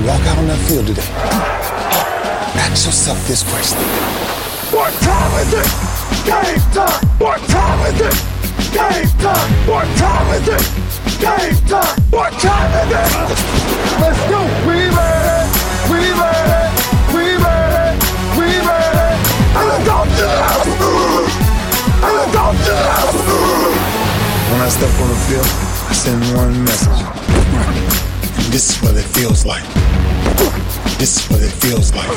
walk out on that field today, ask yourself this question. What time is it? Game time! What time is it? Game time! What time is it? Game time! What time is it? Let's go! We ready! We ready! We ready! We ready! I'm going to the house! I'm going to the house! When I step on the field, I send one message. This is what it feels like. This is what it feels like.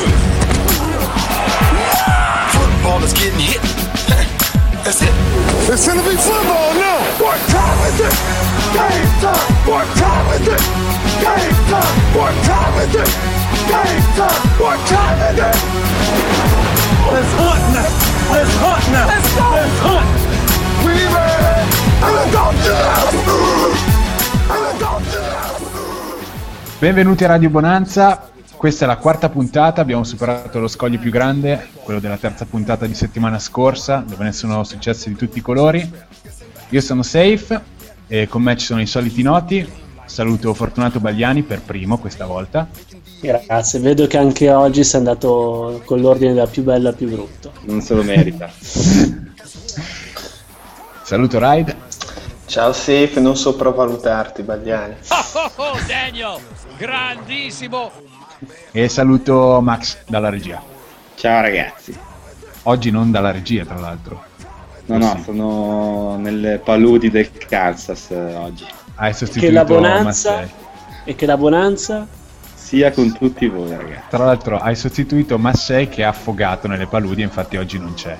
Football is getting hit. That's it. It's gonna be football now. What time is it? Game time. What time is it? Game time. What time is it? Game time. What time is it? It's hot now. It's hot now. Let's go. It's hot. We ready? I'm going to the house. I'm going to the house. Benvenuti a Radio Bonanza, questa è la quarta puntata, abbiamo superato lo scoglio più grande, quello della terza puntata di settimana scorsa, dove ne sono successi di tutti i colori. Io sono Safe e con me ci sono i soliti noti. Saluto Fortunato Bagliani per primo questa volta. Grazie, vedo che anche oggi sei andato con l'ordine da più bello a più brutto. Non se lo merita. Saluto Raid. Ciao Safe, non sopravvalutarti Bagliani. Oh, Daniel, grandissimo. E saluto Max dalla regia. Ciao ragazzi. Oggi non dalla regia, tra l'altro. No, sono nelle paludi del Kansas oggi. Hai sostituito Massei. E che la bonanza sia con tutti voi, ragazzi. Tra l'altro hai sostituito Massei che è affogato nelle paludi, infatti oggi non c'è.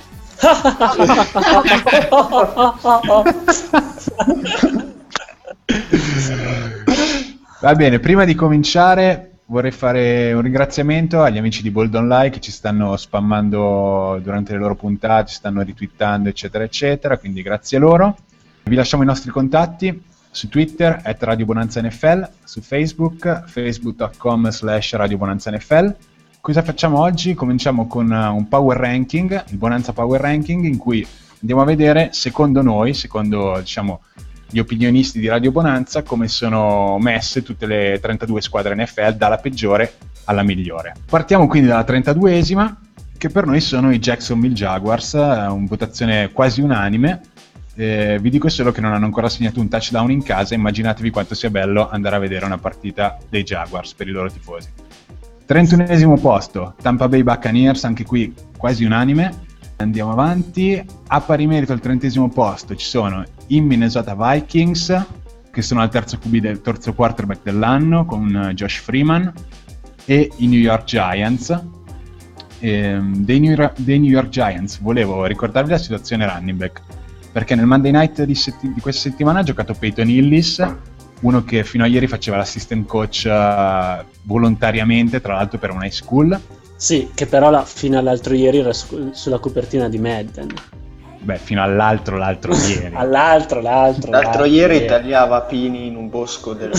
Va bene, prima di cominciare vorrei fare un ringraziamento agli amici di Bold Online che ci stanno spammando durante le loro puntate, ci stanno retweetando eccetera eccetera, quindi grazie a loro. Vi lasciamo i nostri contatti su Twitter @RadioBonanzaNFL, su Facebook facebook.com/RadioBonanzaNFL. Cosa facciamo oggi? Cominciamo con un power ranking, il Bonanza Power Ranking, in cui andiamo a vedere, secondo noi, secondo diciamo gli opinionisti di Radio Bonanza, come sono messe tutte le 32 squadre NFL dalla peggiore alla migliore. Partiamo quindi dalla 32esima, che per noi sono i Jacksonville Jaguars, una votazione quasi unanime. Vi dico solo che non hanno ancora segnato un touchdown in casa, immaginatevi quanto sia bello andare a vedere una partita dei Jaguars per i loro tifosi. 31esimo posto, Tampa Bay Buccaneers, anche qui quasi unanime. Andiamo avanti, a pari merito al 30esimo posto ci sono i Minnesota Vikings, che sono al terzo QB del terzo quarterback dell'anno con Josh Freeman, e i New York Giants. Dei New York Giants volevo ricordarvi la situazione running back, perché nel Monday Night di questa settimana ha giocato Peyton Hillis, uno che fino a ieri faceva l'assistant coach volontariamente, tra l'altro per una high school. Sì, che però fino all'altro ieri era sulla copertina di Madden. Beh, fino all'altro ieri. L'altro ieri tagliava pini in un bosco del...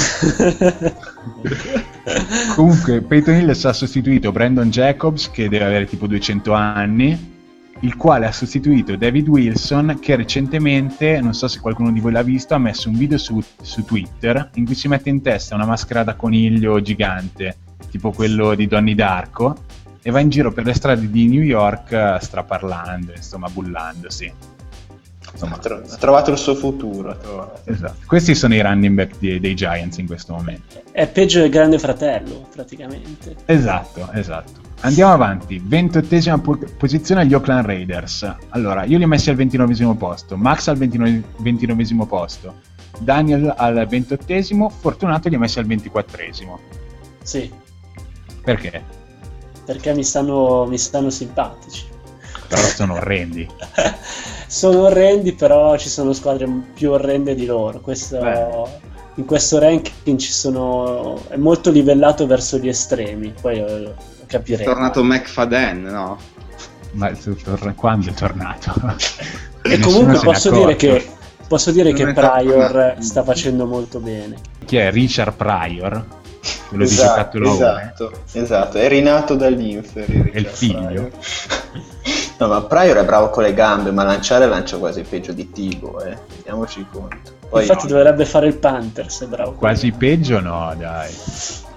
Comunque, Peyton Hillis ha sostituito Brandon Jacobs, che deve avere tipo 200 anni, il quale ha sostituito David Wilson, che recentemente, non so se qualcuno di voi l'ha visto, ha messo un video su Twitter in cui si mette in testa una maschera da coniglio gigante, tipo quello di Donnie Darko, e va in giro per le strade di New York straparlando, insomma, bullandosi. Insomma, ha trovato il suo futuro. Esatto. Questi sono i running back dei Giants in questo momento. È peggio del Grande Fratello, praticamente. Esatto. Andiamo avanti, 28esima posizione agli Oakland Raiders. Allora, io li ho messi al 29esimo posto, Max al 29esimo posto, Daniel al 28esimo, Fortunato li ha messi al 24esimo. Sì. Perché? Perché mi stanno simpatici. Però sono orrendi. Sono orrendi, però ci sono squadre più orrende di loro. In questo ranking è molto livellato verso gli estremi, poi lo capiremo. È tornato McFadden, no? Ma quando è tornato? E comunque posso dire che Pryor sta facendo molto bene. Chi è? Richard Pryor? Quello esatto, di giocattolo esatto, è rinato dall'Inferi. È il figlio. No, ma Pryor è bravo con le gambe, ma lancia quasi peggio di Tibo, rendiamoci conto. Infatti dovrebbe fare il Panthers, è bravo. Quasi peggio no, dai.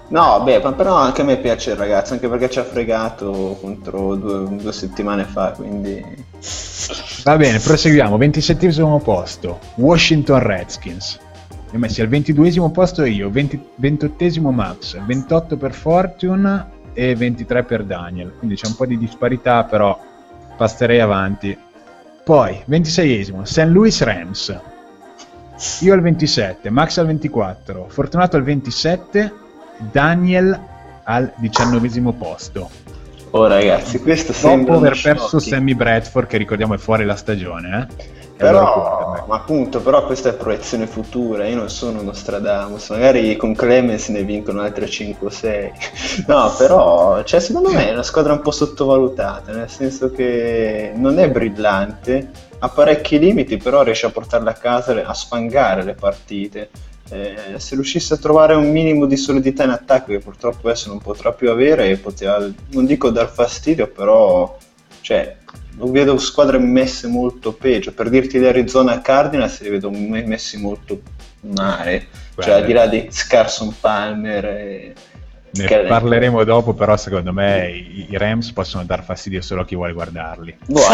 No, beh, però anche a me piace il ragazzo, anche perché ci ha fregato contro due settimane fa, quindi... Va bene, proseguiamo. 27esimo posto, Washington Redskins. Li ho messi al 22esimo posto io, 28esimo Max, 28 per Fortune e 23 per Daniel. Quindi c'è un po' di disparità, però passerei avanti. Poi, 26esimo, St. Louis Rams. Io al 27, Max al 24, Fortunato al 27, Daniel al 19esimo posto. Oh ragazzi, questo Dopo sembra aver perso Sammy Bradford, che ricordiamo è fuori la stagione, Però, ma appunto, però questa è proiezione futura, io non sono uno Nostradamus, magari con Clemens ne vincono altre 5 o 6. No, però, cioè, secondo me è una squadra un po' sottovalutata, nel senso che non è brillante, ha parecchi limiti, però riesce a portarla a casa, a sfangare le partite. Se riuscisse a trovare un minimo di solidità in attacco, che purtroppo adesso non potrà più avere, poteva, non dico dar fastidio, però cioè lo vedo squadre messe molto peggio. Per dirti l'Arizona Cardinals li vedo messi molto male, cioè al di là di Carson Palmer ne parleremo dopo, però secondo me i Rams possono dar fastidio solo a chi vuole guardarli.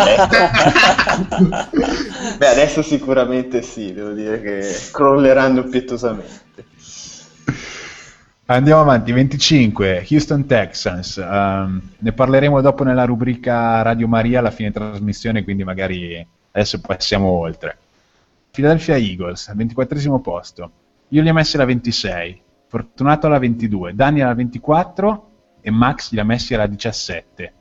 Beh, adesso sicuramente sì, devo dire che crolleranno pietosamente. Andiamo avanti, 25, Houston Texans. Ne parleremo dopo nella rubrica Radio Maria alla fine trasmissione, quindi magari adesso passiamo oltre. Philadelphia Eagles, al 24esimo posto. Io li ho messi alla 26, Fortunato alla 22, Daniel alla 24 e Max li ha messi alla 17.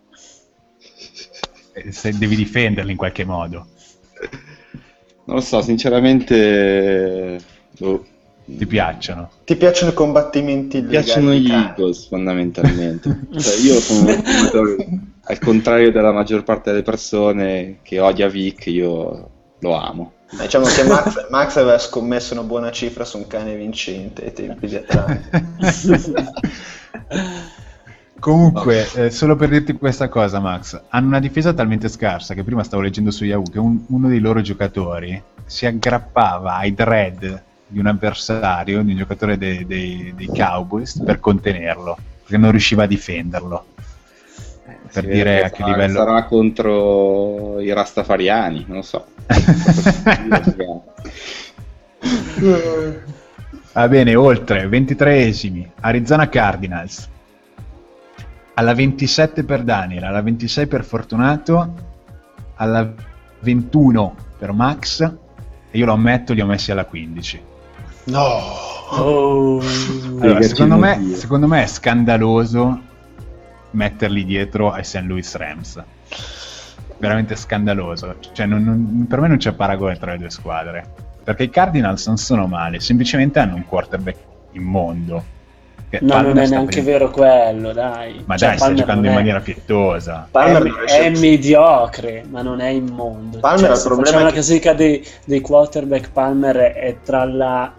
Se devi difenderli in qualche modo. Non lo so, sinceramente... Ti piacciono? Ti piacciono i combattimenti illegali? Piacciono gli Eagles fondamentalmente. Cioè, io sono al contrario della maggior parte delle persone che odia Vic, io lo amo. Diciamo che Max aveva scommesso una buona cifra su un cane vincente ai tempi di Atlanta. Comunque, solo per dirti questa cosa, Max, hanno una difesa talmente scarsa che prima stavo leggendo su Yahoo che uno dei loro giocatori si aggrappava ai dread di un avversario, di un giocatore dei Cowboys, per contenerlo, perché non riusciva a difenderlo. Per dire a che livello... Sarà contro i Rastafariani, non lo so. Va bene, oltre, 23esimi, Arizona Cardinals. Alla 27 per Daniel, alla 26 per Fortunato, alla 21 per Max, e io lo ammetto, li ho messi alla 15. No! Allora, secondo me è scandaloso metterli dietro ai St. Louis Rams. Veramente scandaloso. Cioè, per me non c'è paragone tra le due squadre. Perché i Cardinals non sono male, semplicemente hanno un quarterback immondo. No, non è neanche vero quello, dai. Ma cioè, dai, sta giocando in maniera pietosa. È mediocre, ma non è immondo. Palmer cioè, se facciamo una classifica dei quarterback, Palmer è tra la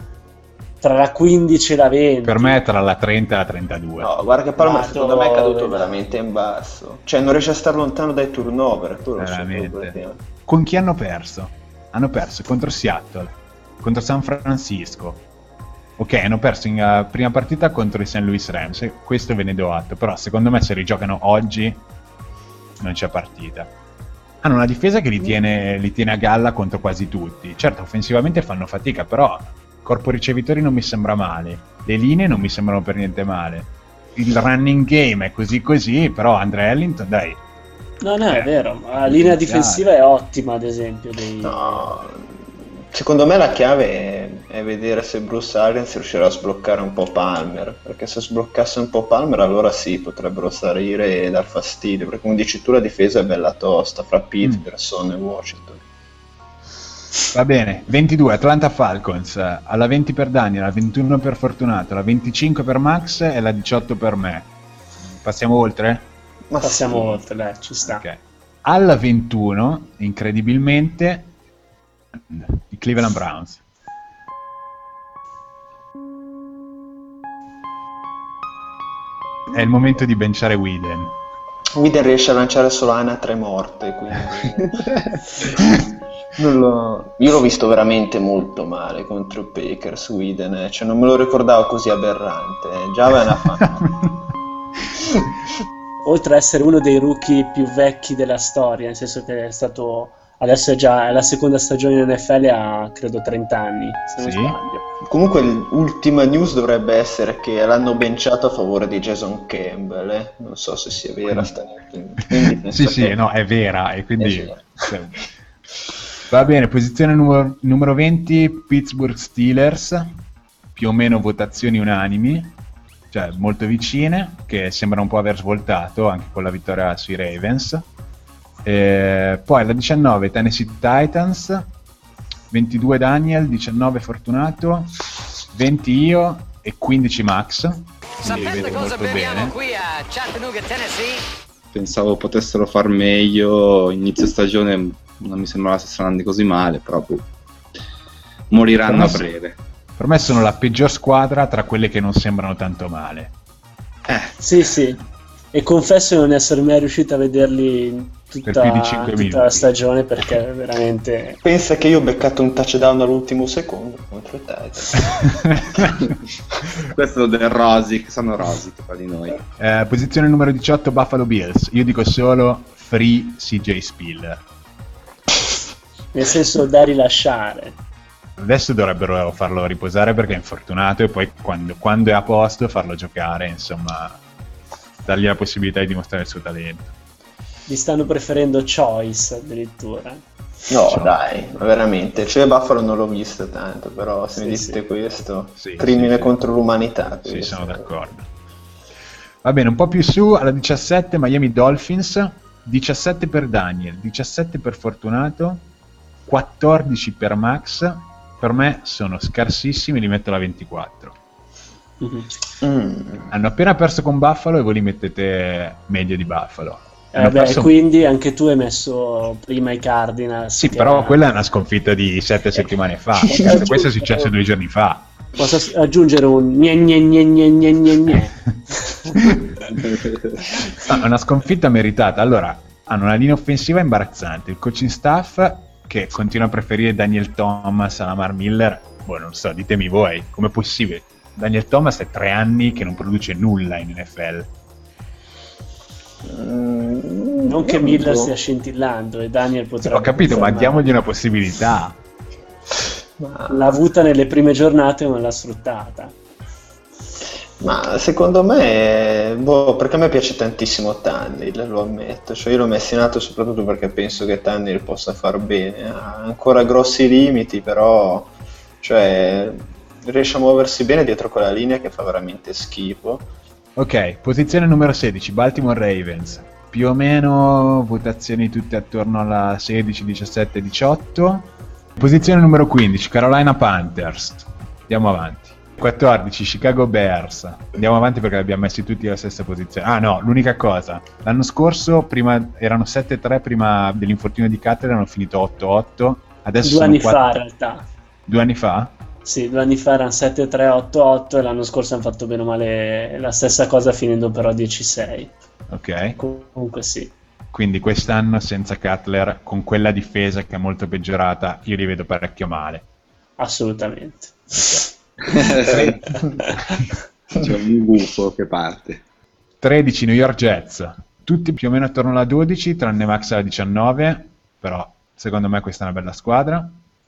15 e la 20. Per me è tra la 30 e la 32. No, guarda che Palmer secondo me è caduto veramente in basso. Cioè non riesce a stare lontano dai turnover. Veramente. Con chi hanno perso? Hanno perso contro Seattle, contro San Francisco. Ok, hanno perso in prima partita contro i St. Louis Rams, e questo ve ne do atto, però secondo me se rigiocano oggi non c'è partita. Hanno una difesa che li tiene a galla contro quasi tutti. Certo, offensivamente fanno fatica, però corpo ricevitori non mi sembra male, le linee non mi sembrano per niente male, il running game è così, però Andre Ellington, dai. No, è vero, la linea difensiva è ottima, ad esempio. No, secondo me la chiave è vedere se Bruce Arians riuscirà a sbloccare un po' Palmer, perché se sbloccasse un po' Palmer allora sì, potrebbero salire e dar fastidio, perché come dici tu la difesa è bella tosta fra Pittsburgh, Son e Washington. Va bene, 22 Atlanta Falcons, alla 20 per Daniel, alla 21 per Fortunato, alla 25 per Max e alla 18 per me. Passiamo oltre? Ma passiamo oltre, dai, ci sta. Okay. Alla 21, incredibilmente, i Cleveland Browns. È il momento di benciare Whedon riesce a lanciare solo Ana 3 morte, quindi... Io l'ho visto veramente molto male contro i Packers, Whedon, cioè non me lo ricordavo così aberrante. Già aveva una fama. Oltre ad essere uno dei rookie più vecchi della storia, nel senso che è stato, adesso è la seconda stagione in NFL, ha credo 30 anni, se non sbaglio. Comunque l'ultima news dovrebbe essere che l'hanno benciato a favore di Jason Campbell, non so se sia vera sta news. Sì, no, è vera, e quindi va bene. Posizione numero 20, Pittsburgh Steelers, più o meno votazioni unanimi, cioè molto vicine, che sembra un po' aver svoltato anche con la vittoria sui Ravens. Poi la 19 Tennessee Titans, 22 Daniel, 19 Fortunato, 20 io e 15 Max. Sapete cosa beviamo qui a Chattanooga, Tennessee? Pensavo potessero far meglio, inizio stagione non mi sembrava stessero andando così male, però moriranno a breve. Per me sono la peggior squadra tra quelle che non sembrano tanto male. Sì, e confesso di non essere mai riuscito a vederli per più di 5 minuti. Tutta la stagione, perché veramente... Pensa che io ho beccato un touchdown all'ultimo secondo contro il Titans. Questo del Rosic, sono Rosic tra di noi. Posizione numero 18 Buffalo Bills, io dico solo free CJ Spiller. Nel senso, da rilasciare. Adesso dovrebbero farlo riposare perché è infortunato, e poi quando è a posto farlo giocare, insomma, dargli la possibilità di dimostrare il suo talento. Gli stanno preferendo Choice addirittura. No, dai, veramente. Cioè Buffalo non l'ho visto tanto, però se mi dite questo, crimine contro l'umanità. Sì, sono d'accordo. Va bene, un po' più su, alla 17 Miami Dolphins, 17 per Daniel, 17 per Fortunato, 14 per Max. Per me sono scarsissimi, li metto alla 24. Hanno appena perso con Buffalo e voi li mettete media di Buffalo. Quindi anche tu hai messo prima i Cardinals. Sì, però quella è una sconfitta di 7 settimane fa. Questo è successo 2 giorni fa. Posso aggiungere un gne. È una sconfitta meritata. Allora, hanno una linea offensiva imbarazzante, il coaching staff che continua a preferire Daniel Thomas a Lamar Miller. Non so, ditemi voi, com'è possibile? Daniel Thomas è 3 anni che non produce nulla in NFL. Non che Miller stia scintillando e Daniel potrebbe... Ho capito, ma diamogli una possibilità. L'ha avuta nelle prime giornate e non l'ha sfruttata. Ma secondo me, perché a me piace tantissimo Tannehill, lo ammetto. Cioè io l'ho messo in atto soprattutto perché penso che Tannehill possa far bene. Ha ancora grossi limiti, però cioè riesce a muoversi bene dietro quella linea che fa veramente schifo. Ok, posizione numero 16, Baltimore Ravens. Più o meno votazioni tutte attorno alla 16, 17, 18. Posizione numero 15, Carolina Panthers. Andiamo avanti. 14, Chicago Bears. Andiamo avanti perché li abbiamo messi tutti alla stessa posizione. Ah no, l'unica cosa. L'anno scorso prima erano 7-3 prima dell'infortunio di Cutler, hanno finito 8-8. Adesso 2 anni fa in realtà. 2 anni fa? Sì, 2 anni fa erano 7-3, 8-8 e l'anno scorso hanno fatto bene o male la stessa cosa, finendo però 10-6. Ok. Comunque sì. Quindi quest'anno senza Cutler, con quella difesa che è molto peggiorata, io li vedo parecchio male. Assolutamente. Okay. C'è un gufo che parte. 13 New York Jets, tutti più o meno attorno alla 12, tranne Max alla 19, però secondo me questa è una bella squadra.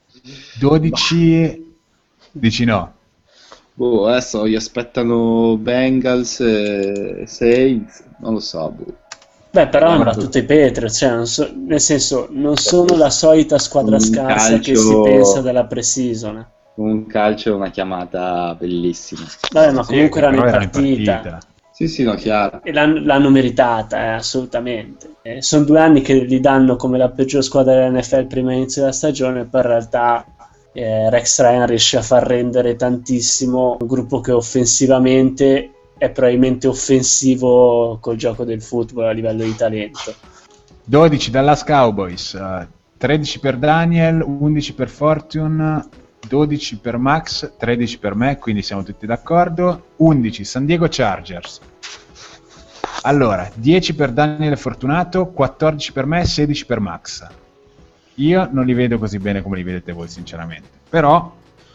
12 dici no? Adesso gli aspettano Bengals e Saints, non lo so. Beh, però hanno battuto i Patriots, cioè nel senso non sono la solita squadra scarsa che si pensa della pre-season. Un calcio è una chiamata bellissima. Vabbè, ma comunque erano in partita. Sì, no, chiaro. E l'hanno meritata, assolutamente. Sono 2 anni che li danno come la peggior squadra dell'NFL prima inizio della stagione, poi in realtà Rex Ryan riesce a far rendere tantissimo un gruppo che offensivamente è probabilmente offensivo col gioco del football a livello di talento. 12 Dallas Cowboys, 13 per Daniel, 11 per Fortune, 12 per Max, 13 per me, quindi siamo tutti d'accordo. 11 San Diego Chargers. Allora, 10 per Daniel e Fortunato, 14 per me, 16 per Max. Io non li vedo così bene come li vedete voi, sinceramente. Però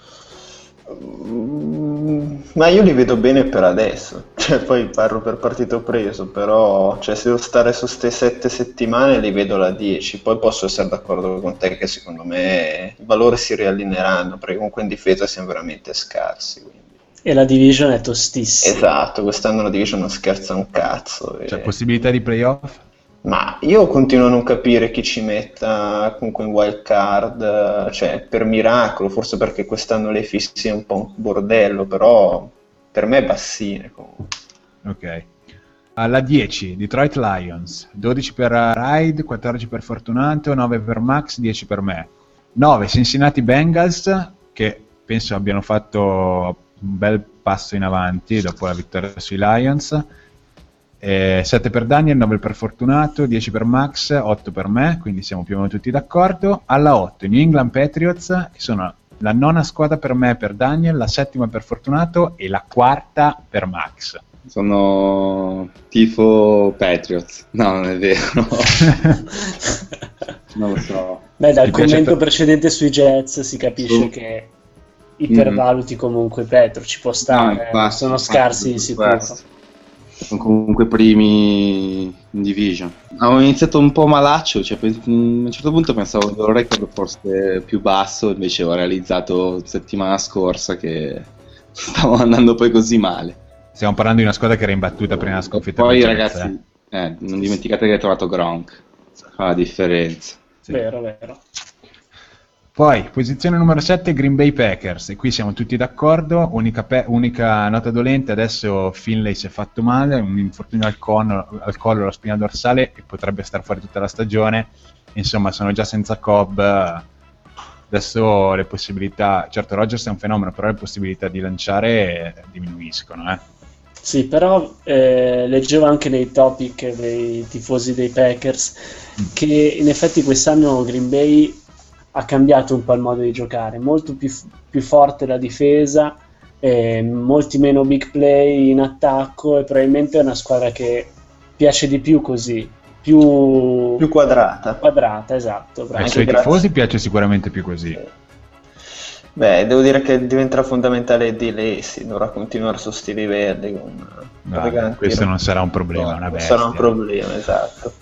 ma io li vedo bene per adesso, cioè poi parlo per partito preso, però cioè, se devo stare su ste 7 settimane li vedo alla 10, poi posso essere d'accordo con te che secondo me i valori si riallineeranno, perché comunque in difesa siamo veramente scarsi, quindi. E la division è tostissima. Esatto, quest'anno la division non scherza un cazzo. c'è possibilità di playoff? Ma io continuo a non capire chi ci metta comunque in wild card, cioè per miracolo, forse perché quest'anno le fissi è un po' un bordello, però per me è bassine comunque. Ok. Alla 10 Detroit Lions, 12 per Ride, 14 per Fortunato, 9 per Max, 10 per me. 9 Cincinnati Bengals, che penso abbiano fatto un bel passo in avanti dopo la vittoria sui Lions. 7 per Daniel, 9 per Fortunato, 10 per Max, 8 per me, quindi siamo più o meno tutti d'accordo. Alla 8 New England Patriots, che sono la 9ª squadra per me, per Daniel, la 7ª per Fortunato e la 4ª per Max. Sono tifo Patriots. No, non è vero. Non lo so. Beh, dal commento precedente sui Jets si capisce Sì. che ipervaluti comunque Petro, ci può stare, infatti, sono scarsi di sicuro. Sono comunque primi in division. Avevo iniziato un po' malaccio, cioè, a un certo punto pensavo che il record fosse più basso, invece ho realizzato settimana scorsa che stavo andando poi così male. Stiamo parlando di una squadra che era imbattuta prima della sconfitta. Poi dei Jets, ragazzi, non dimenticate che hai trovato Gronk, fa la differenza. Sì. Vero. Poi, posizione numero 7, Green Bay Packers, e qui siamo tutti d'accordo. Unica nota dolente, adesso Finlay si è fatto male, un infortunio al collo, alla spina dorsale, e potrebbe star fuori tutta la stagione. Insomma, sono già senza Cobb. Adesso le possibilità, certo Rodgers è un fenomeno, però le possibilità di lanciare diminuiscono. Sì, però leggevo anche nei topic dei tifosi dei Packers che in effetti quest'anno Green Bay ha cambiato un po' il modo di giocare, molto più forte la difesa, molti meno big play in attacco, e probabilmente è una squadra che piace di più così, più quadrata. Quadrata, esatto. Ai suoi tifosi piace sicuramente più così. Beh, devo dire che diventerà fondamentale di Lacy, dovrà continuare su sti livelli. Questo non sarà un problema, una bestia. Sarà un problema, esatto.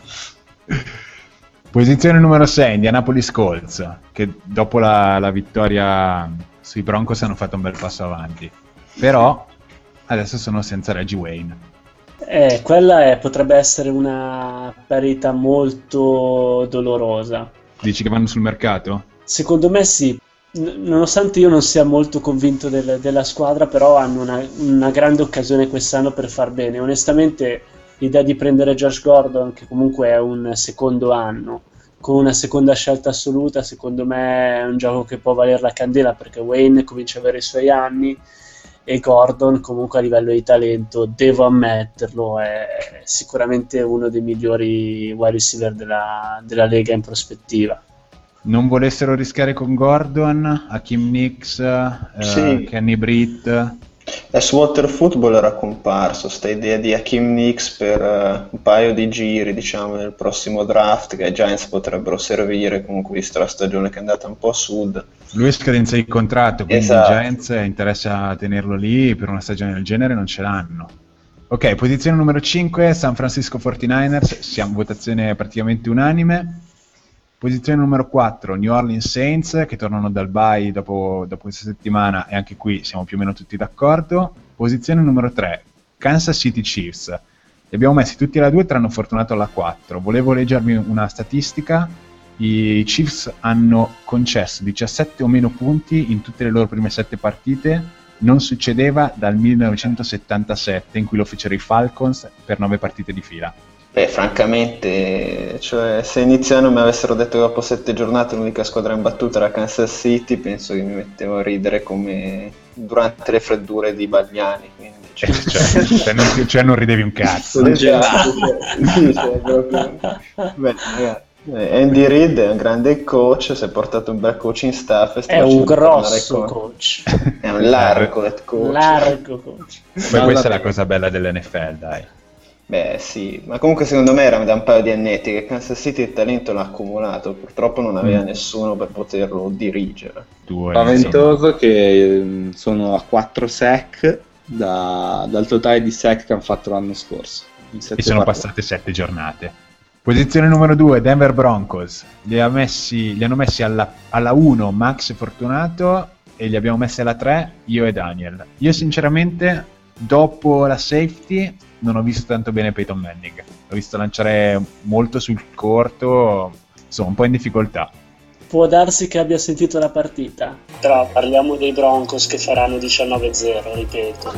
Posizione numero 6, Indianapolis Colts, che dopo la vittoria sui Broncos hanno fatto un bel passo avanti, però adesso sono senza Reggie Wayne. Quella potrebbe essere una perdita molto dolorosa. Dici che vanno sul mercato? Secondo me sì, nonostante io non sia molto convinto della squadra, però hanno una grande occasione quest'anno per far bene. Onestamente l'idea di prendere Josh Gordon, che comunque è un secondo anno, con una seconda scelta assoluta, secondo me è un gioco che può valere la candela, perché Wayne comincia ad avere i suoi anni e Gordon comunque a livello di talento, devo ammetterlo, è sicuramente uno dei migliori wide receiver della Lega in prospettiva. Non volessero rischiare con Gordon, Hakeem Nicks, Sì. Kenny Britt. Swatter Football era comparso sta idea di Hakeem Nicks per un paio di giri, diciamo, nel prossimo draft, che ai Giants potrebbero servire, comunque vista la stagione che è andata un po' a sud. Lui è scadenza di contratto, quindi Esatto. i Giants interessa tenerlo lì, per una stagione del genere non ce l'hanno. Ok, posizione numero 5, San Francisco 49ers, siamo votazione praticamente unanime. Posizione numero 4, New Orleans Saints, che tornano dal bye dopo questa settimana, e anche qui siamo più o meno tutti d'accordo. Posizione numero 3, Kansas City Chiefs. Li abbiamo messi tutti alla 2, tranne Fortunato alla 4. Volevo leggervi una statistica. I Chiefs hanno concesso 17 o meno punti in tutte le loro prime 7 partite. Non succedeva dal 1977, in cui lo fecero i Falcons per 9 partite di fila. Beh, francamente, cioè, se iniziano mi avessero detto che dopo 7 giornate l'unica squadra imbattuta era Kansas City, penso che mi mettevo a ridere come durante le freddure di Bagliani. Quindi, Cioè non ridevi un cazzo. Esatto, proprio. Beh, ragazzi, Andy Reid è un grande coach, si è portato un bel coaching staff. E sta È un facendo grosso tornare coach. È un largo head coach. Largo coach. Poi questa è la cosa bella dell'NFL, dai. Beh sì, ma comunque secondo me era da un paio di annetti che Kansas City il talento l'ha accumulato, purtroppo non aveva nessuno per poterlo dirigere. Spaventoso che sono a 4 sack dal totale di sack che hanno fatto l'anno scorso. E sono passate 7 giornate. Posizione numero 2, Denver Broncos. Li hanno messi alla 1 Max Fortunato e li abbiamo messi alla 3 io e Daniel. Io sinceramente, dopo la safety, non ho visto tanto bene Peyton Manning. L'ho visto lanciare molto sul corto, insomma un po' in difficoltà. Può darsi che abbia sentito la partita, però parliamo dei Broncos che faranno 19-0, ripeto.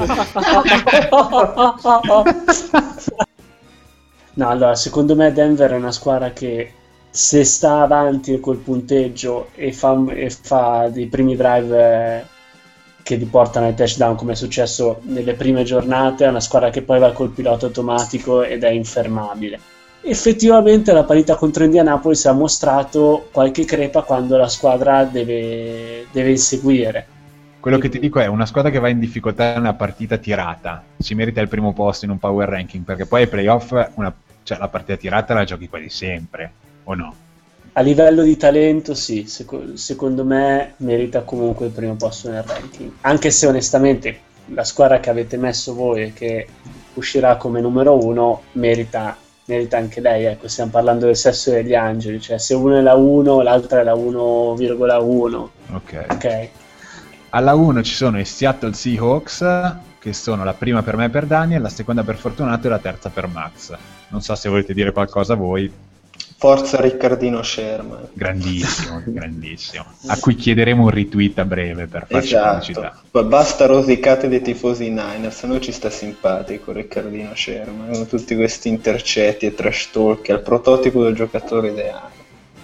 No, allora, secondo me Denver è una squadra che se sta avanti col punteggio e fa dei primi drive che li portano ai touchdown, come è successo nelle prime giornate, è una squadra che poi va col pilota automatico ed è infermabile. Effettivamente la partita contro Indianapolis ha mostrato qualche crepa quando la squadra deve inseguire. Quello che ti dico è una squadra che va in difficoltà in una partita tirata si merita il primo posto in un power ranking, perché poi ai playoff la partita tirata la giochi quasi sempre, o no? A livello di talento sì, secondo me merita comunque il primo posto nel ranking, anche se onestamente la squadra che avete messo voi e che uscirà come numero 1 merita anche lei, ecco, stiamo parlando del sesso degli angeli, cioè se uno è la 1 l'altra è la 1,1. Ok. Alla 1 ci sono i Seattle Seahawks, che sono la prima per me e per Daniel, la seconda per Fortunato e la terza per Max. Non so se volete dire qualcosa voi. Forza Riccardino Sherman. Grandissimo, grandissimo. A cui chiederemo un retweet a breve per farci pubblicità. Basta rosicate dei tifosi Niners, a noi ci sta simpatico Riccardino Sherman, con tutti questi intercetti e trash talk, è il prototipo del giocatore ideale.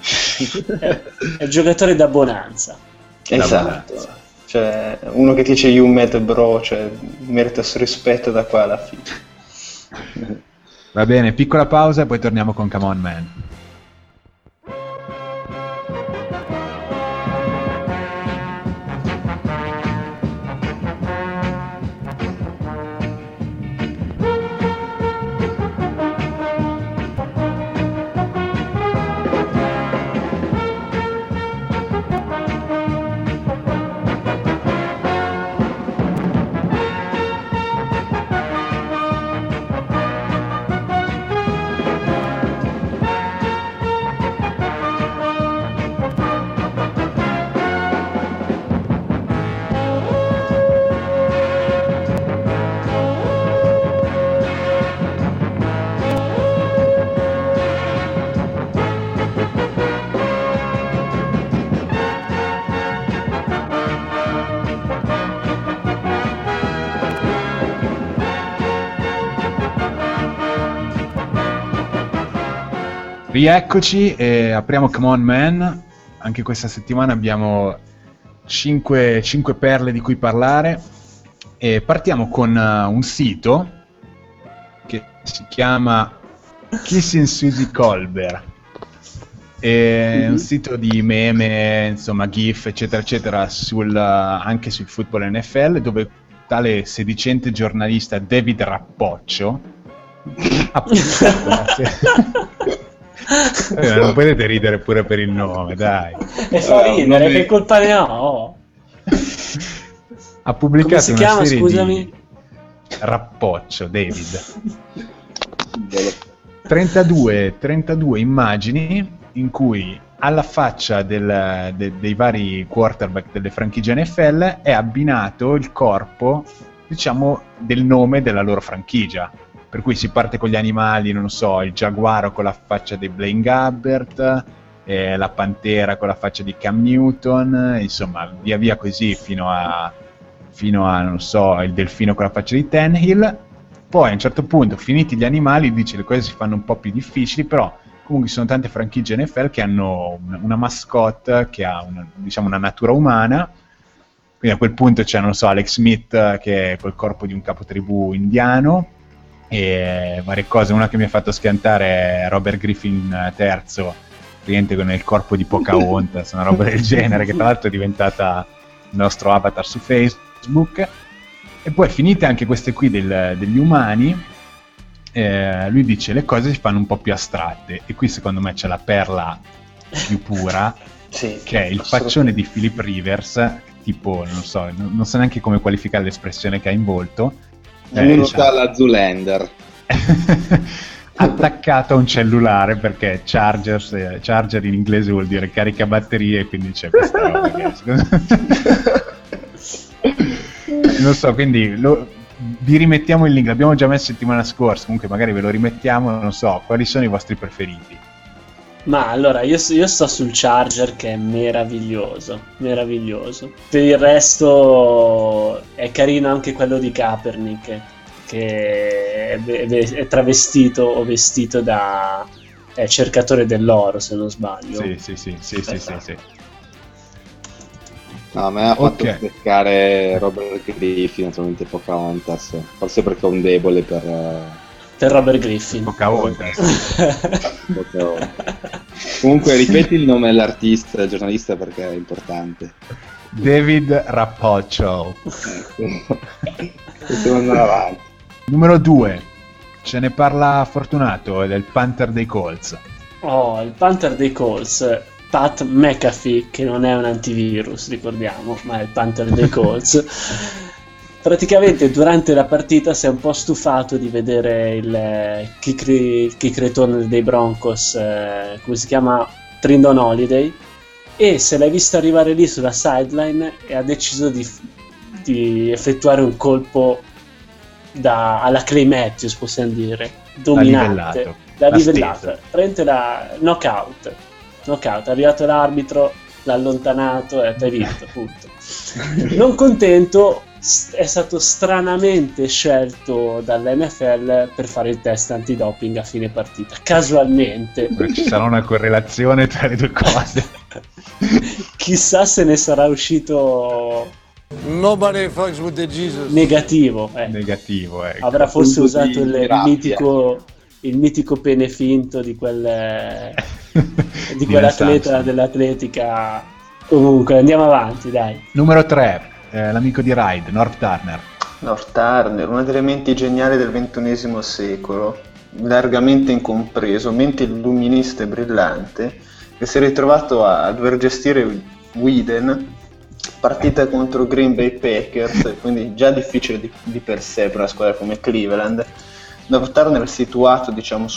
È il giocatore da bonanza. Esatto. Cioè, uno che ti dice you mad bro, cioè merita rispetto da qua alla fine. Va bene, piccola pausa e poi torniamo con Come On Man. Rieccoci e apriamo Come On Man. Anche questa settimana abbiamo 5 perle di cui parlare e partiamo con un sito che si chiama Kissing Susie Colbert. È un sito di meme, insomma GIF eccetera eccetera anche sul football NFL, dove tale sedicente giornalista David Rappoccio ha non potete ridere pure per il nome, dai. E fa ridere, che colpa ne ho? Ha pubblicato come si una chiama, serie scusami? di Rappoccio, David. 32 immagini in cui alla faccia dei vari quarterback delle franchigie NFL è abbinato il corpo, diciamo, del nome della loro franchigia. Per cui si parte con gli animali, non so, il giaguaro con la faccia di Blaine Gabbert, la pantera con la faccia di Cam Newton, insomma, via via così fino a, non so, il delfino con la faccia di Tannehill. Poi a un certo punto, finiti gli animali, dice le cose si fanno un po' più difficili, però comunque ci sono tante franchigie NFL che hanno una mascotte che ha una natura umana. Quindi a quel punto c'è, non so, Alex Smith che è col corpo di un capotribù indiano, e varie cose. Una che mi ha fatto schiantare è Robert Griffin III, cliente con il corpo di Pocahontas, una roba del genere, che tra l'altro è diventata il nostro avatar su Facebook. E poi finite anche queste qui degli umani, lui dice le cose si fanno un po' più astratte, e qui secondo me c'è la perla più pura, Sì, che è il faccione di Philip Rivers, tipo, non so neanche come qualificare l'espressione che ha in volto, Uno dalla Zoolander. attaccato a un cellulare, perché charger in inglese vuol dire caricabatterie, quindi c'è questa roba che non so, quindi vi rimettiamo il link, l'abbiamo già messo settimana scorsa, comunque magari ve lo rimettiamo, non so, quali sono i vostri preferiti? Ma allora, io sto sul Charger, che è meraviglioso. Per il resto è carino anche quello di Kaepernick, che è travestito o vestito da cercatore dell'oro, se non sbaglio. Sì. No, a me ha fatto beccare Robert Griffin, naturalmente Pocahontas, forse perché ho un debole per Robert Griffin. Pocahontas. Comunque ripeti il nome dell'artista, del giornalista, perché è importante. David Rapoccio. Possiamo andare avanti. Numero 2, ce ne parla Fortunato, è del Panther dei Colts. Oh, il Panther dei Colts, Pat McAfee, che non è un antivirus, ricordiamo, ma è il Panther dei Colts. Praticamente durante la partita si è un po' stufato di vedere il kick return dei Broncos, come si chiama, Trindon Holiday, e se l'hai visto arrivare lì sulla sideline e ha deciso di effettuare un colpo alla Clay Matthews, possiamo dire, dominante, da livellata, prende la knockout, è arrivato l'arbitro, l'ha allontanato e hai vinto, appunto. Non contento, è stato stranamente scelto dall'NFL per fare il test antidoping a fine partita, casualmente. Ci sarà una correlazione tra le due cose. Chissà se ne sarà uscito Nobody fucks with the Jesus. negativo, ecco. Avrà forse usato il mitico pene finto di quell'atleta dell'atletica. Comunque andiamo avanti, dai. Numero 3, l'amico di Ride, North Turner, una delle menti geniali del XXI secolo, largamente incompreso, mente illuminista e brillante, che si è ritrovato a dover gestire Whedon, partita contro Green Bay Packers, quindi già difficile di per sé per una squadra come Cleveland. North Turner è situato,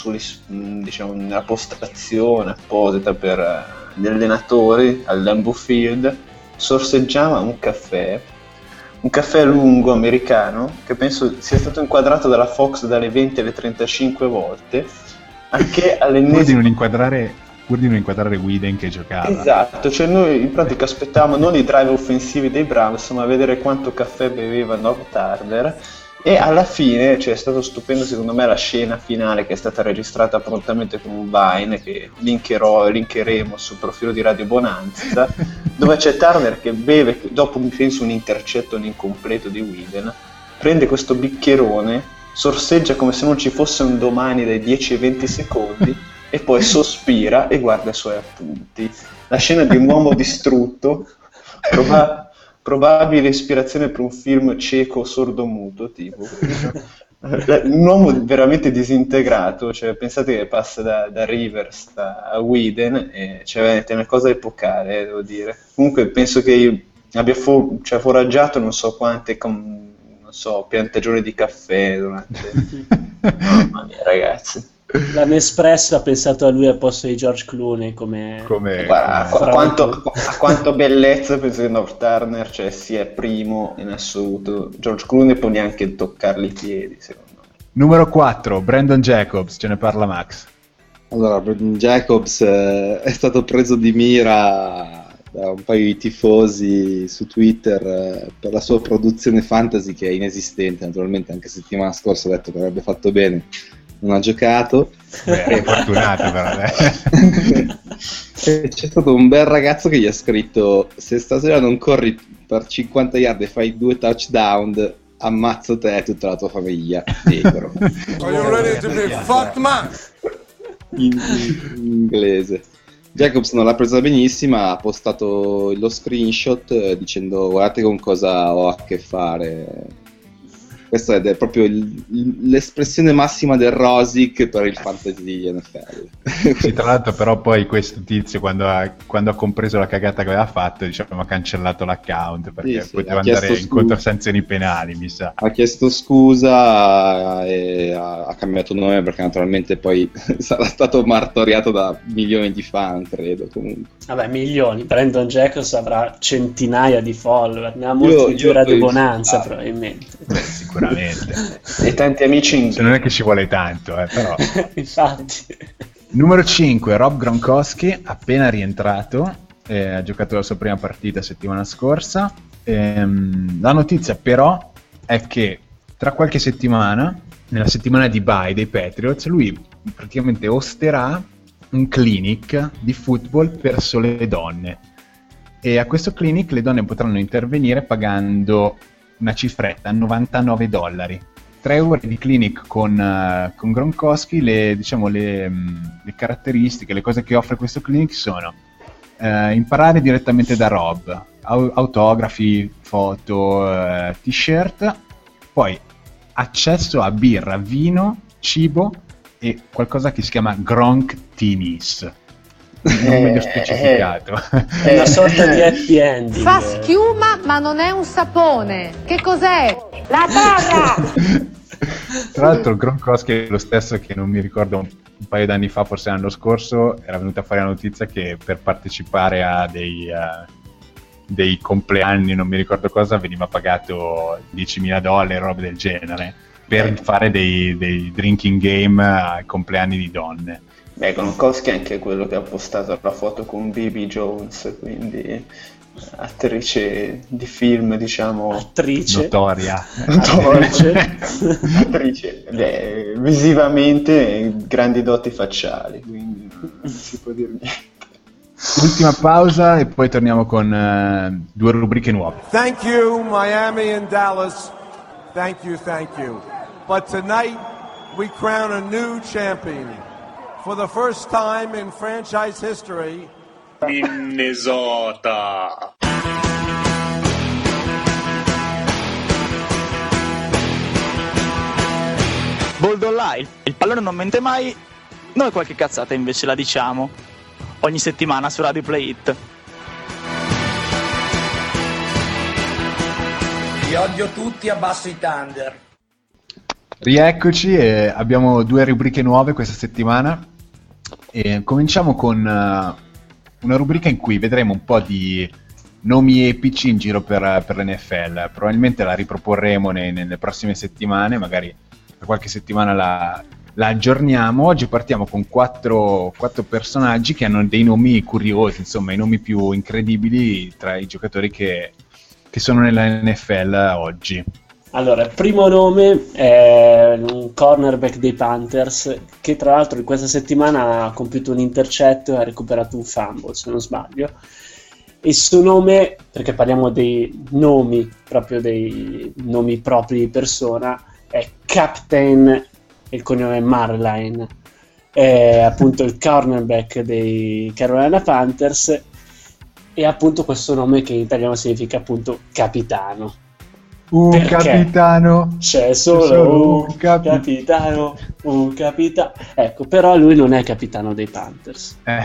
nella postazione apposita per gli allenatori al Lambeau Field, sorseggiava un caffè lungo americano, che penso sia stato inquadrato dalla Fox dalle 20 alle 35 volte, anche pur di non inquadrare Whedon che giocava. Esatto, cioè noi in pratica aspettavamo non i drive offensivi dei Browns, ma vedere quanto caffè beveva North Turner. E alla fine, è stato stupendo secondo me la scena finale, che è stata registrata prontamente con un Vine che linkeremo sul profilo di Radio Bonanza, dove c'è Turner che beve, dopo penso un intercetto, un incompleto di Whedon, prende questo bicchierone, sorseggia come se non ci fosse un domani dai 10 ai 20 secondi e poi sospira e guarda i suoi appunti. La scena di un uomo distrutto, probabile ispirazione per un film cieco sordomuto, tipo un uomo veramente disintegrato, cioè pensate che passa da Rivers a Whedon, e c'è una cosa epocale, devo dire. Comunque penso che abbia foraggiato non so quante piantagioni di caffè durante mamma mia, ragazzi. La Nespresso ha pensato a lui al posto di George Clooney Guarda, a quanto bellezza penso che North Turner sia primo in assoluto. George Clooney può neanche toccargli i piedi, secondo me. Numero 4, Brandon Jacobs, ce ne parla Max. Allora, Brandon Jacobs è stato preso di mira da un paio di tifosi su Twitter per la sua produzione fantasy, che è inesistente. Naturalmente anche settimana scorsa ha detto che avrebbe fatto bene, non ha giocato. È fortunato però. C'è stato un bel ragazzo che gli ha scritto: se stasera non corri per 50 yard e fai 2 touchdown, ammazzo te e tutta la tua famiglia. Are you ready to be fucked, man? In inglese. Jacobs non l'ha presa benissimo, ha postato lo screenshot dicendo: guardate con cosa ho a che fare. Questo è proprio l'espressione massima del Rosic per il fantasy di NFL. Sì, tra l'altro però poi questo tizio quando ha compreso la cagata che aveva fatto, diciamo, ha cancellato l'account perché poteva andare incontro a sanzioni penali, mi sa. Ha chiesto scusa e ha cambiato nome perché naturalmente poi sarà stato martoriato da milioni di fan, credo, comunque. Vabbè, milioni. Brandon Jacobs avrà centinaia di follower, ne ha molti più Radio Bonanza probabilmente. Sicuramente. E tanti amici non è che ci vuole tanto, però. Infatti. Numero 5, Rob Gronkowski, appena rientrato, ha giocato la sua prima partita settimana scorsa. La notizia però è che tra qualche settimana, nella settimana di bye dei Patriots, lui praticamente osterà un clinic di football per sole donne, e a questo clinic le donne potranno intervenire pagando una cifretta, $99. 3 ore di clinic con Gronkowski. Le caratteristiche, le cose che offre questo clinic sono imparare direttamente da Rob, autografi, foto, t-shirt, poi accesso a birra, vino, cibo e qualcosa che si chiama Gronk Teenies. Non meglio specificato. È una sorta di happy ending. Fa schiuma ma non è un sapone. Che cos'è? La terra! Tra l'altro Gronkowski è lo stesso che, non mi ricordo, un paio d'anni fa, forse l'anno scorso, era venuta fuori la notizia che per partecipare a dei compleanni, non mi ricordo cosa, veniva pagato $10.000, roba del genere, per fare dei drinking game ai compleanni di donne. Beh, Gronkowski è anche quello che ha postato la foto con Bibi Jones, quindi attrice di film, diciamo... Notoria. Attrice. Beh, visivamente grandi doti facciali, quindi non si può dire niente. Ultima pausa e poi torniamo con 2 rubriche nuove. Thank you, Miami and Dallas. Thank you. But tonight we crown a new champion. For the first time in franchise history, Minnesota. Boldollai, il pallone non mente mai, noi qualche cazzata invece la diciamo ogni settimana su Radio Play It. Vi odio tutti, abbasso i Thunder. Rieccoci, e abbiamo 2 rubriche nuove questa settimana. E cominciamo con una rubrica in cui vedremo un po' di nomi epici in giro per l'NFL. Probabilmente la riproporremo nelle prossime settimane, magari per qualche settimana la aggiorniamo. Oggi partiamo con 4 personaggi che hanno dei nomi curiosi, insomma i nomi più incredibili tra i giocatori che sono nella NFL oggi. Allora, il primo nome è un cornerback dei Panthers che tra l'altro in questa settimana ha compiuto un intercetto e ha recuperato un fumble, se non sbaglio. Il suo nome, perché parliamo dei nomi, proprio dei nomi propri di persona, è Captain, il cognome è Marline, è appunto il cornerback dei Carolina Panthers, e appunto questo nome che in italiano significa appunto capitano. Capitano, c'è solo un capitano, ecco, però lui non è capitano dei Panthers. È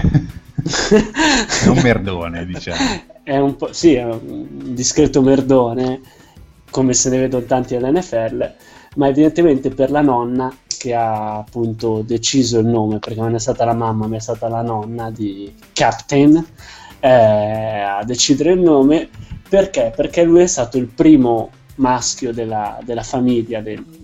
un merdone, diciamo. È un po', sì, è un discreto merdone, come se ne vedono tanti all'NFL, ma evidentemente per la nonna che ha appunto deciso il nome, perché non è stata la mamma ma è stata la nonna di Captain a decidere il nome. Perché lui è stato il primo maschio della famiglia,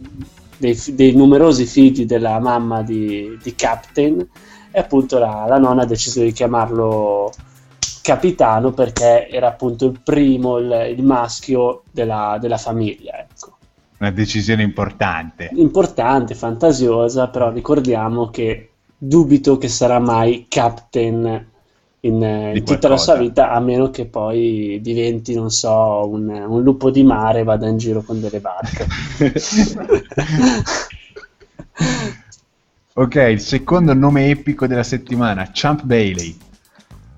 dei numerosi figli della mamma di Captain, e appunto la nonna ha deciso di chiamarlo capitano perché era appunto il primo, il maschio della famiglia, ecco. Una decisione importante, fantasiosa, però ricordiamo che dubito che sarà mai Captain in tutta la sua vita, a meno che poi diventi, non so, un lupo di mare e vada in giro con delle barche. Ok, il secondo nome epico della settimana, Champ Bailey,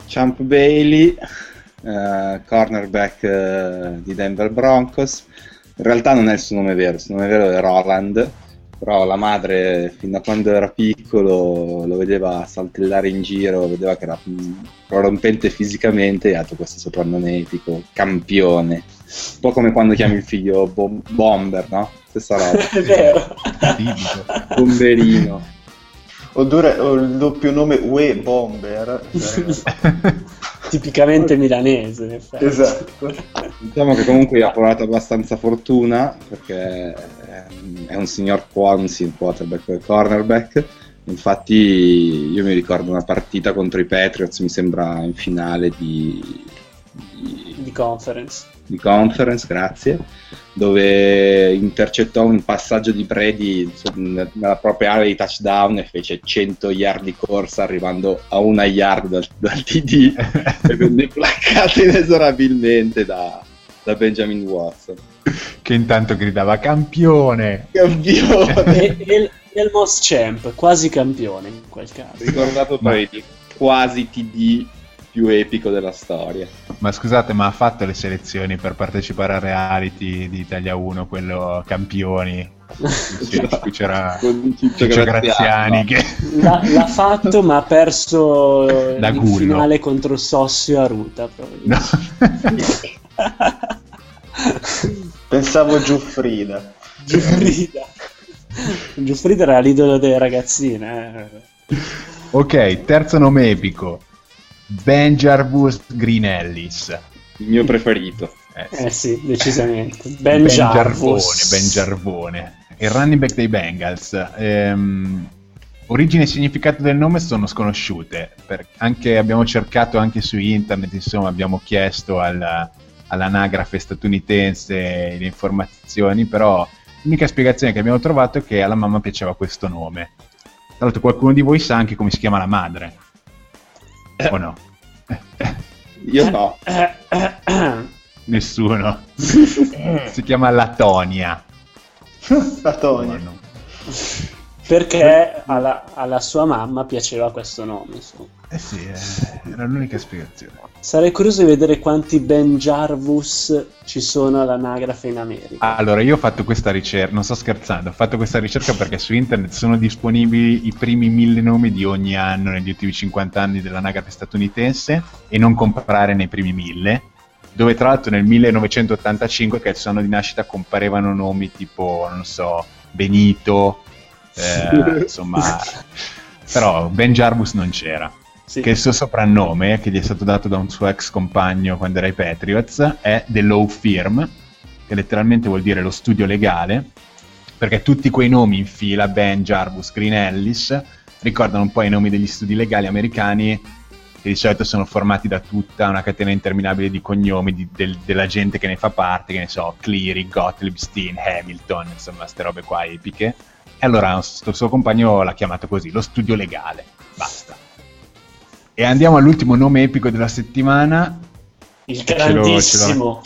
cornerback di Denver Broncos. In realtà non è il suo nome vero, il suo nome vero è Roland, però la madre fin da quando era piccolo lo vedeva saltellare in giro, vedeva che era prorompente fisicamente e ha dato questo soprannome epico, Campione. Un po' come quando chiami il figlio Bomber, no? Stessa roba. È vero. Bomberino. O il doppio nome Ue Bomber. Tipicamente milanese, in effetti. Esatto. Diciamo che comunque ha provato abbastanza fortuna, perché è un signor quarterback, cornerback. Infatti io mi ricordo una partita contro i Patriots, mi sembra in finale di conference. Di conference, grazie, dove intercettò un passaggio di Brady nella propria area di touchdown e fece 100 yard di corsa arrivando a 1 yard dal TD e venne placcato inesorabilmente da Benjamin Watson, che intanto gridava campione. E il Moss Champ, quasi campione in quel caso. Ricordato Brady, quasi TD più epico della storia. Ma scusate, ma ha fatto le selezioni per partecipare al reality di Italia 1, quello campioni? Qui c'era Ciccio Graziani che l'ha fatto, ma ha perso da in Gullo. Finale contro Sossio a Ruta, no. Pensavo Giuffrida. Giuffrida era l'idolo delle ragazzine. Ok, terzo nome epico, Ben Jarvis Green Ellis, il mio preferito. Sì, decisamente. Ben Jarvone, il running back dei Bengals. Origine e significato del nome sono sconosciute, anche abbiamo cercato anche su internet, insomma abbiamo chiesto all'anagrafe statunitense le informazioni, però l'unica spiegazione che abbiamo trovato è che alla mamma piaceva questo nome. Tra l'altro qualcuno di voi sa anche come si chiama la madre? O no? Io no. Nessuno. Si chiama Latonia. Latonia. No. Perché alla sua mamma piaceva questo nome, insomma. Sì, era l'unica spiegazione. Sarei curioso di vedere quanti Ben Jarvis ci sono all'anagrafe in America. Allora, io ho fatto questa ricerca, non sto scherzando, ho fatto questa ricerca perché su internet sono disponibili i primi 1000 nomi di ogni anno negli ultimi 50 anni dell'anagrafe statunitense e non comprare nei primi 1000, dove tra l'altro nel 1985, che è il suo anno di nascita, comparevano nomi tipo, non so, Benito, insomma, però Ben Jarvis non c'era. Sì. Che il suo soprannome, che gli è stato dato da un suo ex compagno quando era ai Patriots, è The Law Firm, che letteralmente vuol dire lo studio legale, perché tutti quei nomi in fila, Ben, Jarvis, Green Ellis, ricordano un po' i nomi degli studi legali americani, che di solito sono formati da tutta una catena interminabile di cognomi della gente che ne fa parte, che ne so, Cleary, Gottlieb, Steen, Hamilton, insomma, ste robe qua epiche. E allora questo suo compagno l'ha chiamato così, lo studio legale, basta. E andiamo all'ultimo nome epico della settimana. Il grandissimo.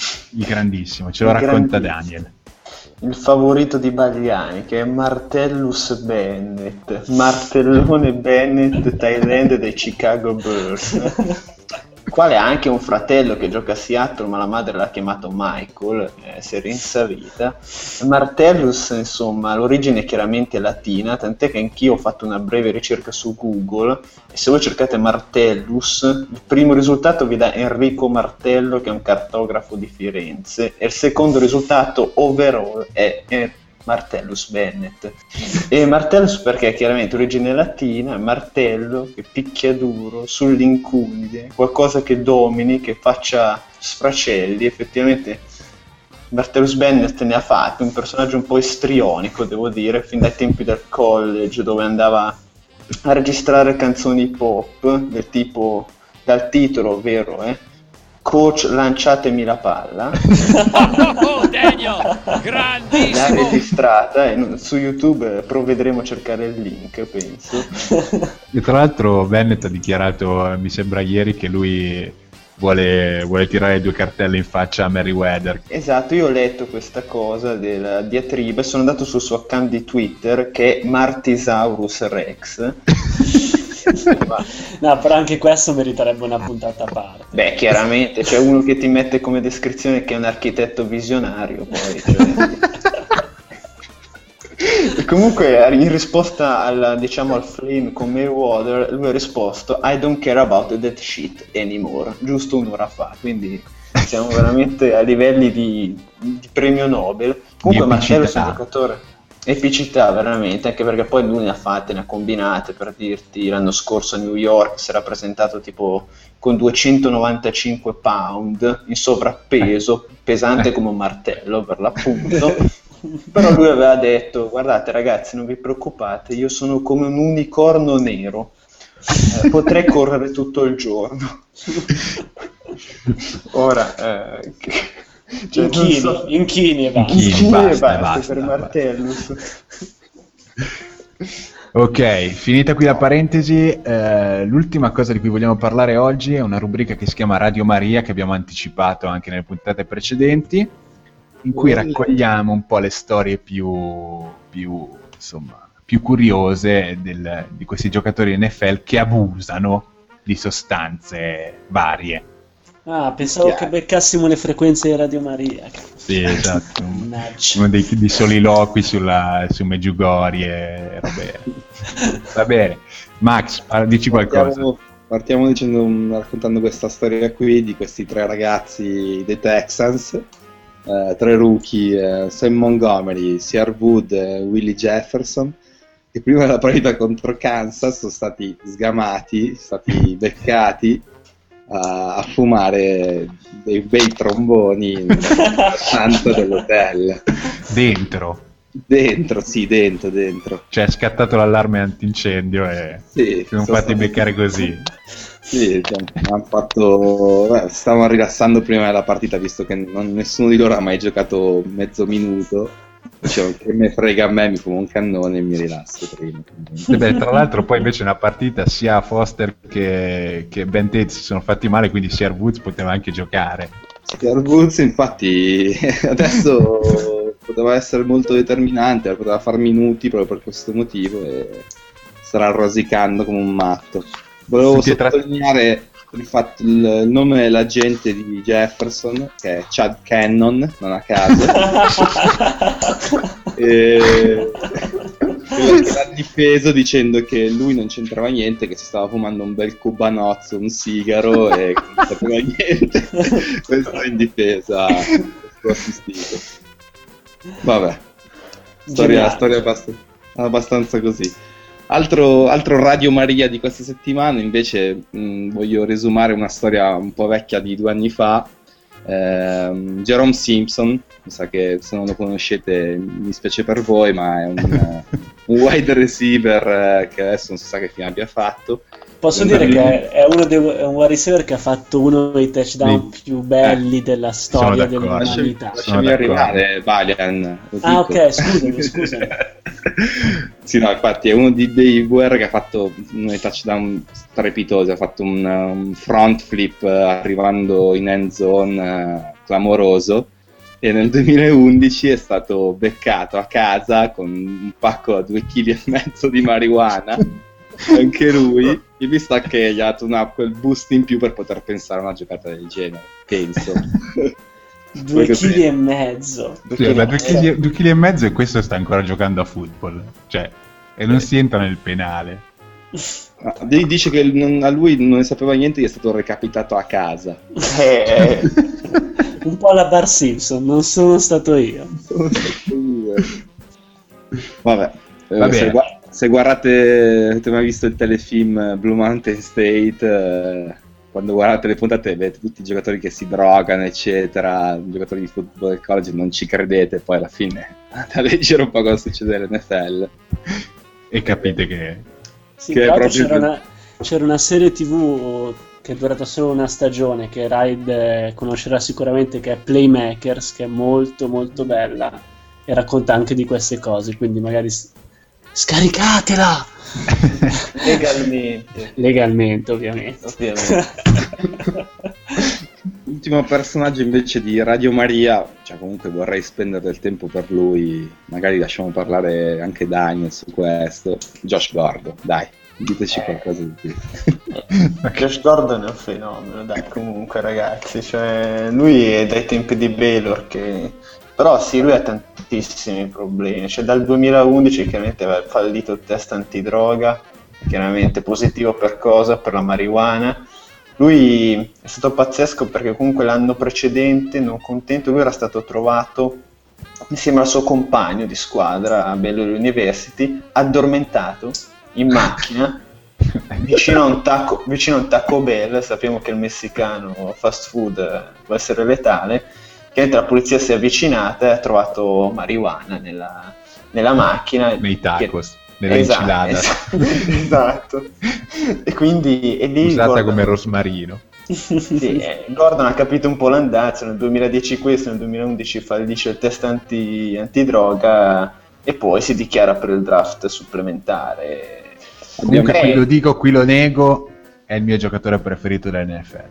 Ce lo racconta Daniel. Il favorito di Bagliani, che è Martellus Bennett, Martellone Bennett, Thailand dei Chicago Bears. Quale ha anche un fratello che gioca a Seattle, ma la madre l'ha chiamato Michael, si è rinsavita. Martellus, insomma, l'origine è chiaramente latina, tant'è che anch'io ho fatto una breve ricerca su Google, e se voi cercate Martellus, il primo risultato vi dà Enrico Martello, che è un cartografo di Firenze, e il secondo risultato overall è Martellus Bennett. E Martellus perché chiaramente origine latina, martello che picchia duro sull'incunide, qualcosa che domini, che faccia sfracelli. Effettivamente Martellus Bennett ne ha fatto un personaggio un po' istrionico, devo dire, fin dai tempi del college, dove andava a registrare canzoni pop del tipo, dal titolo, ovvero Coach, lanciatemi la palla. Degno, grandissimo. L'ha registrata e su YouTube provvedremo a cercare il link, penso. E tra l'altro Bennett ha dichiarato, mi sembra ieri, che lui vuole tirare 2 cartelle in faccia a Merriweather. Esatto, io ho letto questa cosa della diatriba e sono andato sul suo account di Twitter, che è Martisaurus Rex. No, però anche questo meriterebbe una puntata a parte. Beh, chiaramente, c'è uno che ti mette come descrizione che è un architetto visionario, poi, cioè. E comunque, in risposta al Flame con Mayweather, lui ha risposto I don't care about that shit anymore, giusto un'ora fa, quindi siamo veramente a livelli di premio Nobel. Comunque Marcello è un giocatore epicità veramente, anche perché poi lui ne ha combinate, per dirti, l'anno scorso a New York si era presentato tipo con 295 pound in sovrappeso, pesante come un martello per l'appunto. Però lui aveva detto: guardate ragazzi, non vi preoccupate, io sono come un unicorno nero, potrei correre tutto il giorno. Ora cioè, inchini e basta per Martellus. Ok, finita qui la parentesi, l'ultima cosa di cui vogliamo parlare oggi è una rubrica che si chiama Radio Maria, che abbiamo anticipato anche nelle puntate precedenti, in cui raccogliamo un po' le storie più curiose di questi giocatori NFL che abusano di sostanze varie. Ah, pensavo che beccassimo le frequenze di Radio Maria. Sì, esatto. Uno dei soliloqui su Meggiugorje e robe. Va bene. Max, dici qualcosa. Partiamo raccontando questa storia qui di questi 3 ragazzi dei Texans, 3 rookie, Sam Montgomery, C.R. Wood e Willie Jefferson, che prima della partita contro Kansas sono stati sgamati, sono stati beccati a fumare dei bei tromboni nella stanza dell'hotel. Dentro. Cioè è scattato l'allarme antincendio e si sono fatti beccare così. Sì, hanno fatto. Stavano rilassando prima della partita, visto che nessuno di loro ha mai giocato mezzo minuto. Dicevo, che me frega a me, mi fumo un cannone e mi rilasso prima. Beh, tra l'altro poi invece una partita sia Foster che Ben Tate si sono fatti male, quindi C.R. Woods poteva anche giocare. C.R. Woods infatti adesso poteva essere molto determinante, poteva far minuti proprio per questo motivo e starà rosicando come un matto. Volevo sottolineare il nome dell'agente di Jefferson, che è Chad Cannon, non a caso. Che l'ha difeso dicendo che lui non c'entrava niente, che si stava fumando un bel cubanozzo, un sigaro e che non sapeva niente. Questo in difesa assistito. Vabbè, storia abbastanza così. Altro Radio Maria di questa settimana invece voglio resumare una storia un po' vecchia di 2 anni fa. Jerome Simpson, mi sa che se non lo conoscete mi spiace per voi, ma è un wide receiver che adesso non si sa che fine abbia fatto. Posso dire che è un wide receiver che ha fatto uno dei touchdown più belli della storia dell'umanità. Lasciami arrivare, Valian. Ok, scusami. Sì, no, infatti è uno dei VR che ha fatto uno dei touchdown strepitosi, ha fatto un front flip arrivando in end zone clamoroso, e nel 2011 è stato beccato a casa con un pacco da 2,5 kg di marijuana, anche lui, e mi sa che gli ha dato quel boost in più per poter pensare a una giocata del genere, penso. 2,5 kg. Cioè, 2,5 kg e questo sta ancora giocando a football, cioè, e non si entra nel penale. Dice che a lui non ne sapeva niente, gli è stato recapitato a casa. Un po' alla Bar Simpson, non sono stato io. Vabbè. Se guardate, avete mai visto il telefilm Blue Mountain State, quando guardate le puntate vedete tutti i giocatori che si drogano eccetera, giocatori di football del college, non ci credete, poi alla fine andate a leggere un po' cosa succede all'NFL e capite che è proprio c'era una serie TV che è durata solo una stagione, che Raid conoscerà sicuramente, che è Playmakers, che è molto molto bella e racconta anche di queste cose, quindi magari scaricatela legalmente ovviamente. L'ultimo personaggio invece di Radio Maria, cioè comunque vorrei spendere del tempo per lui, magari lasciamo parlare anche Daniel su questo. Josh Gordon, dai. Diteci qualcosa di più. Josh Gordon è un fenomeno, dai, comunque ragazzi, cioè lui è dai tempi di Baylor che... Però sì, lui ha tantissimi problemi, cioè dal 2011 chiaramente aveva fallito il test antidroga, chiaramente positivo per cosa? Per la marijuana. Lui è stato pazzesco perché comunque l'anno precedente, non contento, lui era stato trovato insieme al suo compagno di squadra a Baylor University, addormentato in macchina vicino a un Taco Bell. Sappiamo che il messicano fast food può essere letale, che la polizia si è avvicinata e ha trovato marijuana nella macchina, nei tacos, nelle enchiladas. Esatto. E quindi lì usata Gordon, come rosmarino. sì, Gordon ha capito un po' l'andazzo. Nel 2010 questo, nel 2011 fallisce il test antidroga e poi si dichiara per il draft supplementare. Comunque qui lo dico, qui lo nego, è il mio giocatore preferito dell'NFL.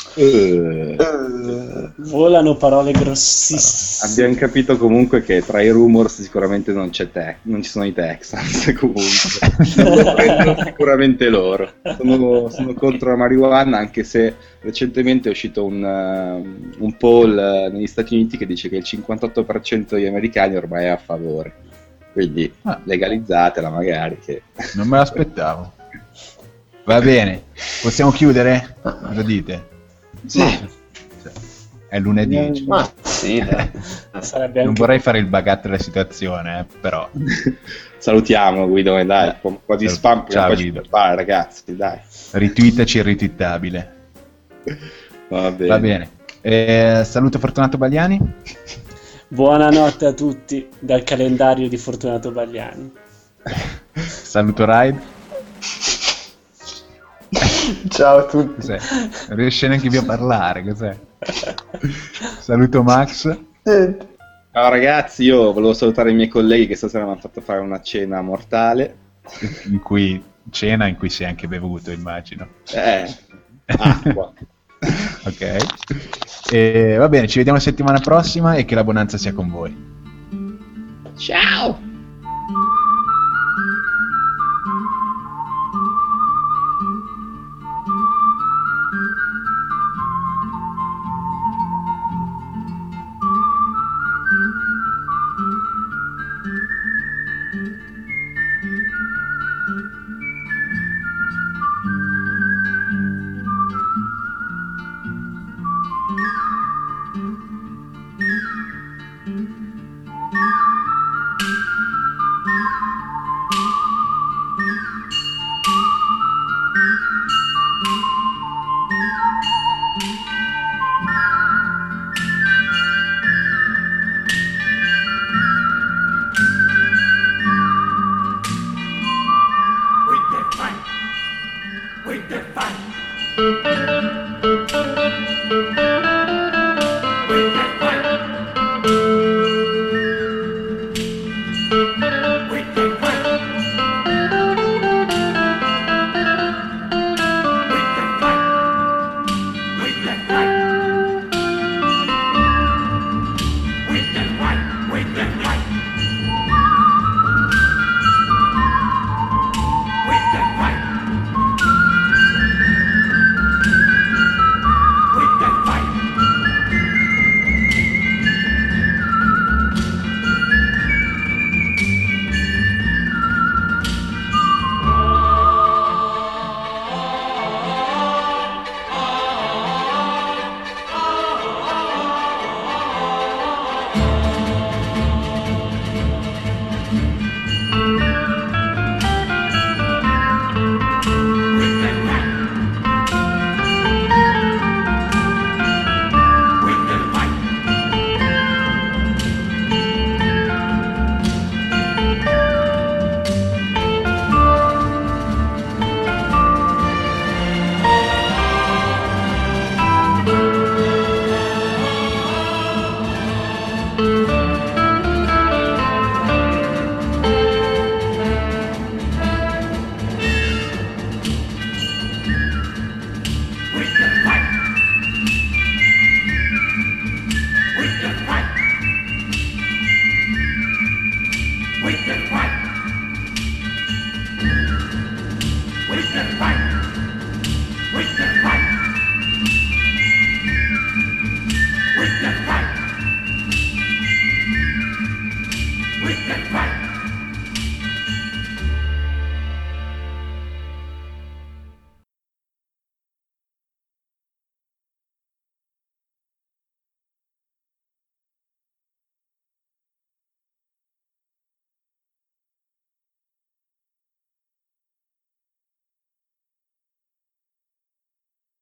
Volano parole grossissime. Abbiamo capito comunque che tra i rumors sicuramente non ci sono i Texans, comunque lo prendono sicuramente loro. Sono contro la marijuana, anche se recentemente è uscito un poll negli Stati Uniti che dice che il 58% degli americani ormai è a favore, quindi legalizzatela magari, che... Non me l'aspettavo. Va bene, possiamo chiudere? Cosa dite? Sì. È lunedì. Ma sì, dai. Non vorrei fare il bagat della situazione, però. Salutiamo Guido, dai, un po' di spam Ciao, poi ci Guido. fare, ragazzi, dai. Ritweetaci il ritweetabile. Va bene. Va bene. Saluto Fortunato Bagliani. Buonanotte a tutti dal calendario di Fortunato Bagliani. Saluto Ride. Ciao a tutti. Cos'è? Non riesce neanche più a parlare, cos'è? Saluto Max. Ciao ragazzi, io volevo salutare i miei colleghi che stasera mi hanno fatto fare una cena mortale. In cui si è anche bevuto, immagino. Acqua. Ok. E, va bene, ci vediamo la settimana prossima e che la bonanza sia con voi. Ciao! We can fight.